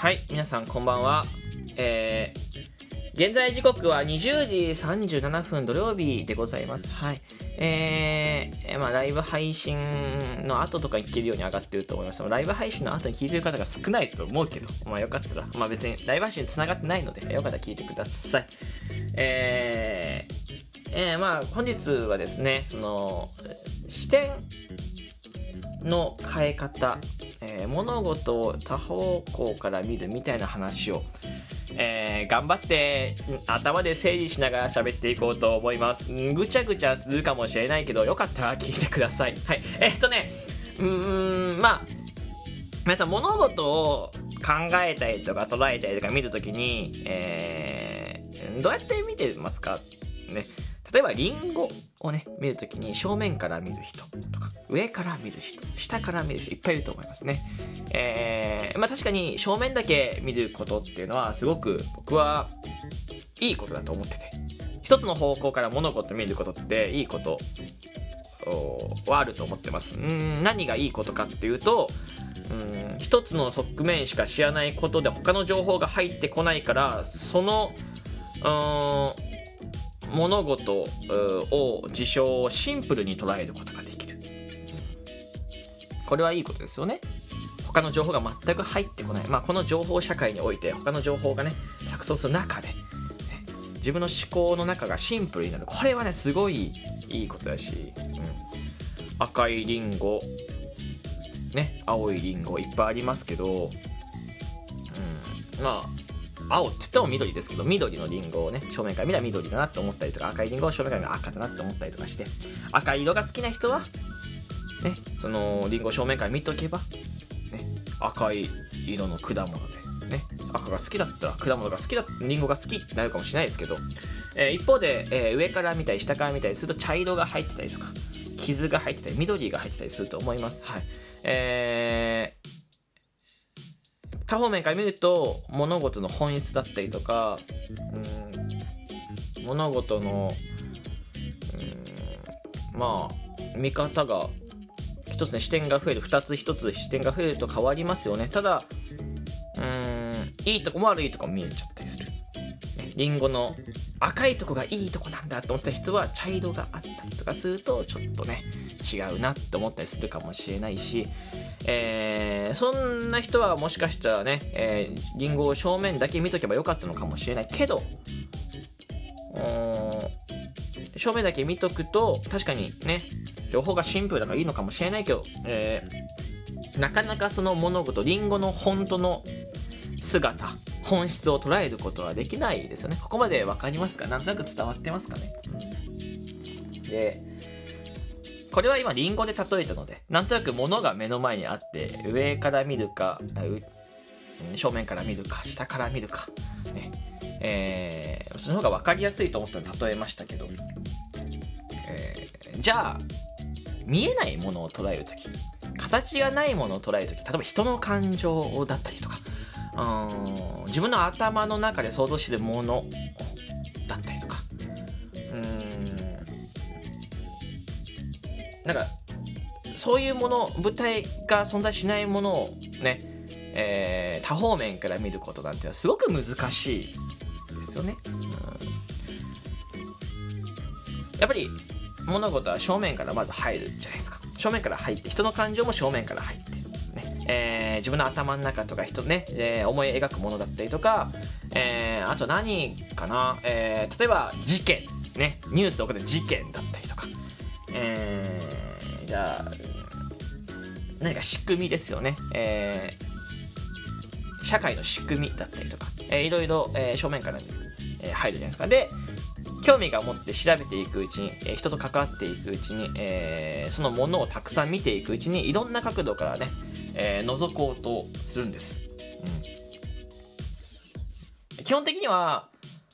はい、皆さんこんばんは。現在時刻は20時37分土曜日でございます。はい。ライブ配信の後とかに聞けるように上がってると思います。ライブ配信の後に聞いてる方が少ないと思うけど、よかったら、別にライブ配信繋がってないので、よかったら聞いてください。本日はですね、視点の変え方、物事を多方向から見るみたいな話を、頑張って頭で整理しながら喋っていこうと思います。ぐちゃぐちゃするかもしれないけど、よかったら聞いてください。はい。皆さん物事を考えたりとか捉えたりとか見るときに、どうやって見てますかね。例えばリンゴをね見るときに正面から見る人とか上から見る人、下から見る人いっぱいいると思いますね。確かに正面だけ見ることっていうのはすごく僕はいいことだと思ってて、一つの方向から物事を見ることっていいことはあると思ってます。何がいいことかっていうと、一つの側面しか知らないことで他の情報が入ってこないから、その物事を事象をシンプルに捉えることができる。これはいいことですよね。他の情報が全く入ってこない、この情報社会において他の情報がね錯綜する中で、自分の思考の中がシンプルになる。これはねすごいいいことだし、赤いリンゴね、青いリンゴいっぱいありますけど、青って言っても緑ですけど、緑のリンゴをね正面から見たら緑だなって思ったりとか、赤いリンゴを正面から見たら赤だなって思ったりとかして、赤い色が好きな人はね、そのリンゴを正面から見とけば、ね、赤い色の果物でね、赤が好きだったら果物が好きだったらリンゴが好きってなるかもしれないですけど、一方で、上から見たり下から見たりすると茶色が入ってたりとか傷が入ってたり緑が入ってたりすると思います。はい。多方面から見ると物事の本質だったりとか、物事の見方が一つね視点が増える、一つ視点が増えると変わりますよね。ただいいとこも悪いとこも見えちゃったりする。リンゴの赤いとこがいいとこなんだと思った人は茶色があったりとかするとちょっとね違うなって思ったりするかもしれないし、そんな人はもしかしたらね、リンゴを正面だけ見とけばよかったのかもしれないけど、正面だけ見とくと確かにね情報がシンプルだからいいのかもしれないけど、なかなかその物事リンゴの本当の姿本質を捉えることはできないですよね。ここまで分かりますか？なんとなく伝わってますかね。でこれは今リンゴで例えたので、なんとなく物が目の前にあって上から見るか正面から見るか下から見るか、ね、その方が分かりやすいと思ったので例えましたけど、じゃあ見えないものを捉えるとき、形がないものを捉えるとき、例えば人の感情だったりとか、自分の頭の中で想像しているものだったりとか、なんかそういうもの、物体が存在しないものをね、多方面から見ることなんてのはすごく難しいですよね。やっぱり物事は正面からまず入るじゃないですか。正面から入って、人の感情も正面から入ってね、自分の頭の中とか人ね、思い描くものだったりとか、あと何かな、例えば事件ね、ニュースで起こった事件だったりとか、じゃあ何か仕組みですよね、社会の仕組みだったりとか、いろいろ、正面からに、入るじゃないですか。で興味が持って調べていくうちに、人と関わっていくうちに、そのものをたくさん見ていくうちにいろんな角度からね、覗こうとするんです。基本的には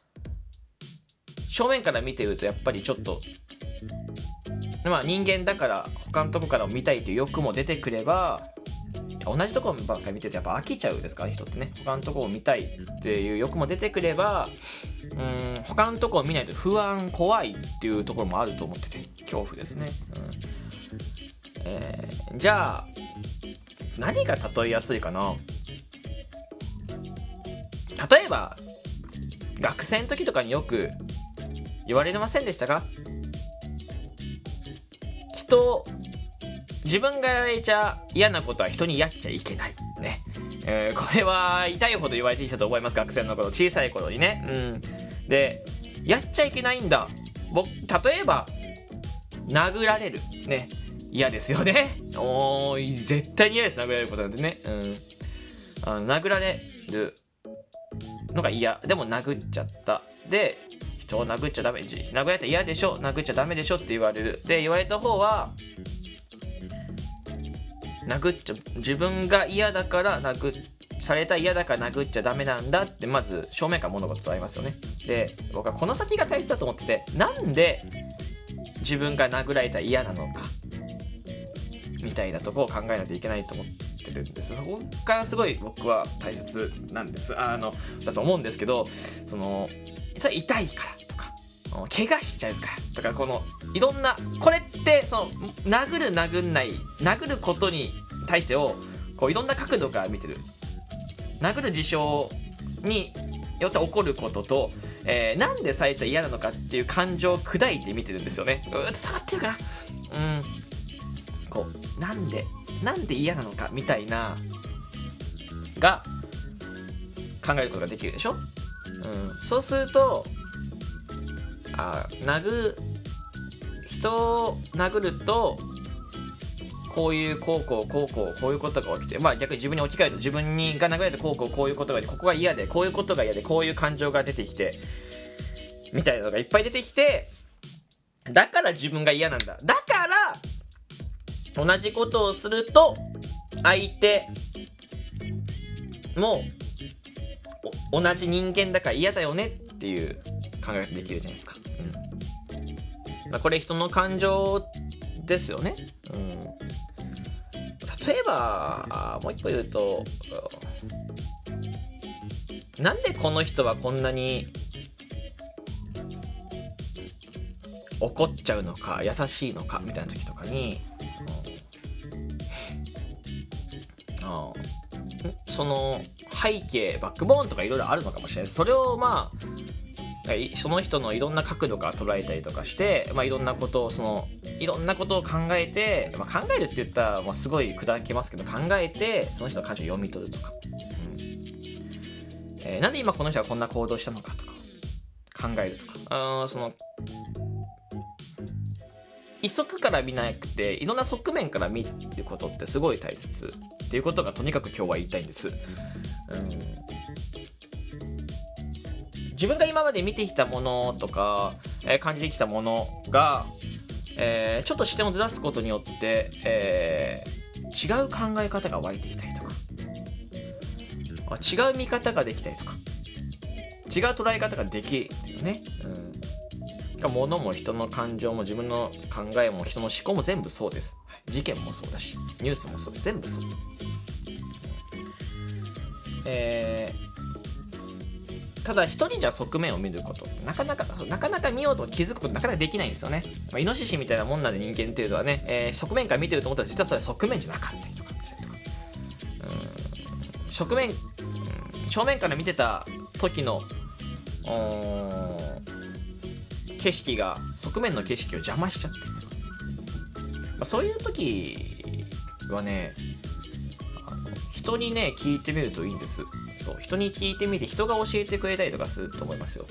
正面から見てるとやっぱりちょっと人間だから他のとこから見たいという欲も出てくれば、同じところばっかり見てるとやっぱ飽きちゃうですから、人ってね他のところを見たいっていう欲も出てくれば、他のところを見ないと不安怖いっていうところもあると思ってて恐怖ですね。じゃあ何が例えやすいかな。 例えば学生の時とかによく言われませんでしたか？自分がやれちゃ嫌なことは人にやっちゃいけないね。これは痛いほど言われてきたと思います。学生の頃、小さい頃にね。で、やっちゃいけないんだ。例えば殴られるね、嫌ですよね。絶対に嫌です、殴られることなんてね。殴られるのが嫌。でも殴っちゃった。で、人を殴っちゃダメ。殴られたら嫌でしょ、殴っちゃダメでしょって言われる。で、言われた方は自分が嫌だからされたら嫌だから殴っちゃダメなんだってまず正面から物事伝えますよね。で、僕はこの先が大切だと思ってて、なんで自分が殴られたら嫌なのかみたいなところを考えないといけないと思ってるんです。そこがすごい僕は大切なんです。だと思うんですけど、それ痛いからとか怪我しちゃうからとか、いろんなこれって殴ることに対してをいろんな角度から見てる。殴る事象によって起こることと、なんでされたら嫌なのかっていう感情を砕いて見てるんですよね。伝わってるかな。なんで嫌なのかみたいなが考えることができるでしょ。そうすると人を殴るとこういうこういうことが起きて、逆に自分に置き換えると、自分が殴られてこういうことが、ここが嫌でこういうことが嫌でこういう感情が出てきてみたいなのがいっぱい出てきて、だから自分が嫌なんだ。だから同じことをすると相手も同じ人間だから嫌だよねっていう考えができるじゃないですか。これ人の感情ですよね。例えばもう一個言うと、なんでこの人はこんなに怒っちゃうのか優しいのかみたいな時とかに、その背景バックボーンとかいろいろあるのかもしれない。それをその人のいろんな角度から捉えたりとかして、いろんなことを考えて、考えるって言ったらすごい砕けますけど、考えてその人の感情を読み取るとか、なんで今この人がこんな行動したのかとか考えるとか、一側から見なくていろんな側面から見ることってすごい大切っていうことがとにかく今日は言いたいんです。自分が今まで見てきたものとか、感じてきたものが、ちょっと視点をずらすことによって、違う考え方が湧いてきたりとか、違う見方ができたりとか、違う捉え方ができるっていうね。物も人の感情も自分の考えも人の思考も全部そうです。事件もそうだし、ニュースもそうです。全部そう。ただ一人じゃ側面を見ることなかなか見ようと気づくことなかなかできないんですよね。イノシシみたいなもんなんで、人間っていうのはね、側面から見てると思ったら実はそれは側面じゃなかったりとかしたりとか、正面から見てた時の景色が側面の景色を邪魔しちゃってる、そういう時はね、人にね聞いてみるといいんです。そう、人に聞いてみて人が教えてくれたりとかすると思いますよ。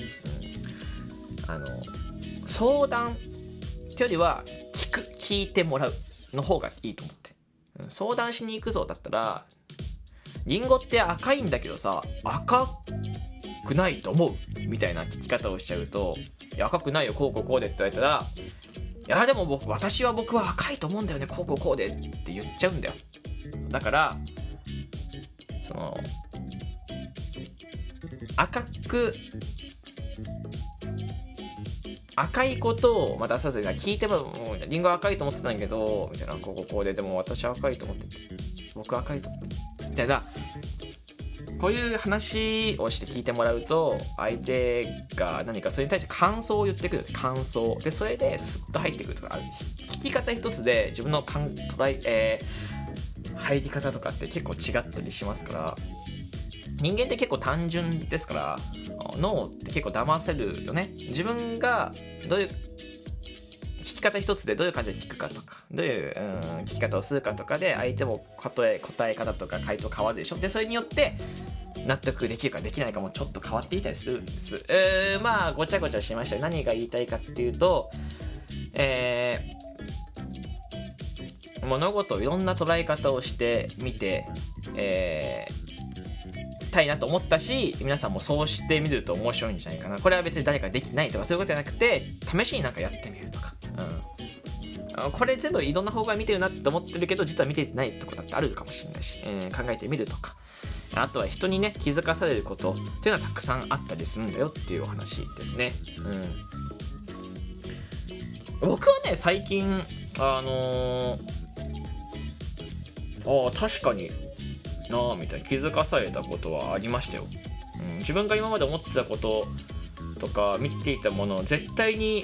相談ってよりは聞いてもらうの方がいいと思って、相談しに行くぞだったら、リンゴって赤いんだけどさ、赤くないと思うみたいな聞き方をしちゃうと、いや赤くないよ、こうでって言われたら、いやでも私は赤いと思うんだよね、こうでって言っちゃうんだよ。だから赤いことをまた出さずに聞いても、リンゴ赤いと思ってたんだけどみたいな、こうで、でも私は赤いと思ってて、僕赤いと思っててみたいな、こういう話をして聞いてもらうと、相手が何かそれに対して感想を言ってくる。感想で、それでスッと入ってくるとか、聞き方一つで自分の入り方とかって結構違ったりしますから、 人間って結構単純ですから、脳って結構騙せるよね。自分がどういう聞き方一つでどういう感じで聞くかとか、どういう、聞き方をするかとかで相手も答え方とか回答変わるでしょ。でそれによって納得できるかできないかもちょっと変わっていたりするんです。まあごちゃごちゃしました。何が言いたいかっていうと、物事をいろんな捉え方をしてみて、たいなと思ったし、皆さんもそうしてみると面白いんじゃないかな。これは別に誰かできないとかそういうことじゃなくて、試しになんかやってみるとか、これ全部いろんな方が見てるなって思ってるけど実は見ていないところだってあるかもしれないし、考えてみるとか、あとは人にね気づかされることっていうのはたくさんあったりするんだよっていうお話ですね。僕はね最近確かになぁみたいな気づかされたことはありましたよ。自分が今まで思ってたこととか見ていたもの絶対に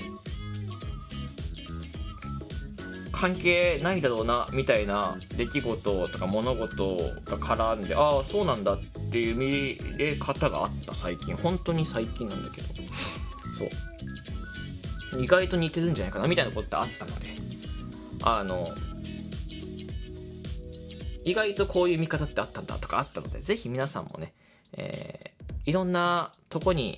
関係ないだろうなみたいな出来事とか物事が絡んで、ああそうなんだっていう見れ方があった最近。本当に最近なんだけど、そう意外と似てるんじゃないかなみたいなことってあったので、意外とこういう見方ってあったんだとかあったので、ぜひ皆さんもね、いろんなとこに、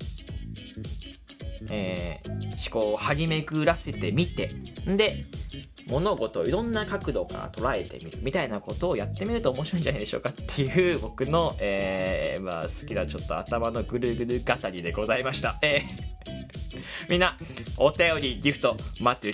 思考を張り巡らせてみて、で物事をいろんな角度から捉えてみるみたいなことをやってみると面白いんじゃないでしょうかっていう僕の、好きなちょっと頭のぐるぐる語りでございました。みんなお便りギフト待ってる。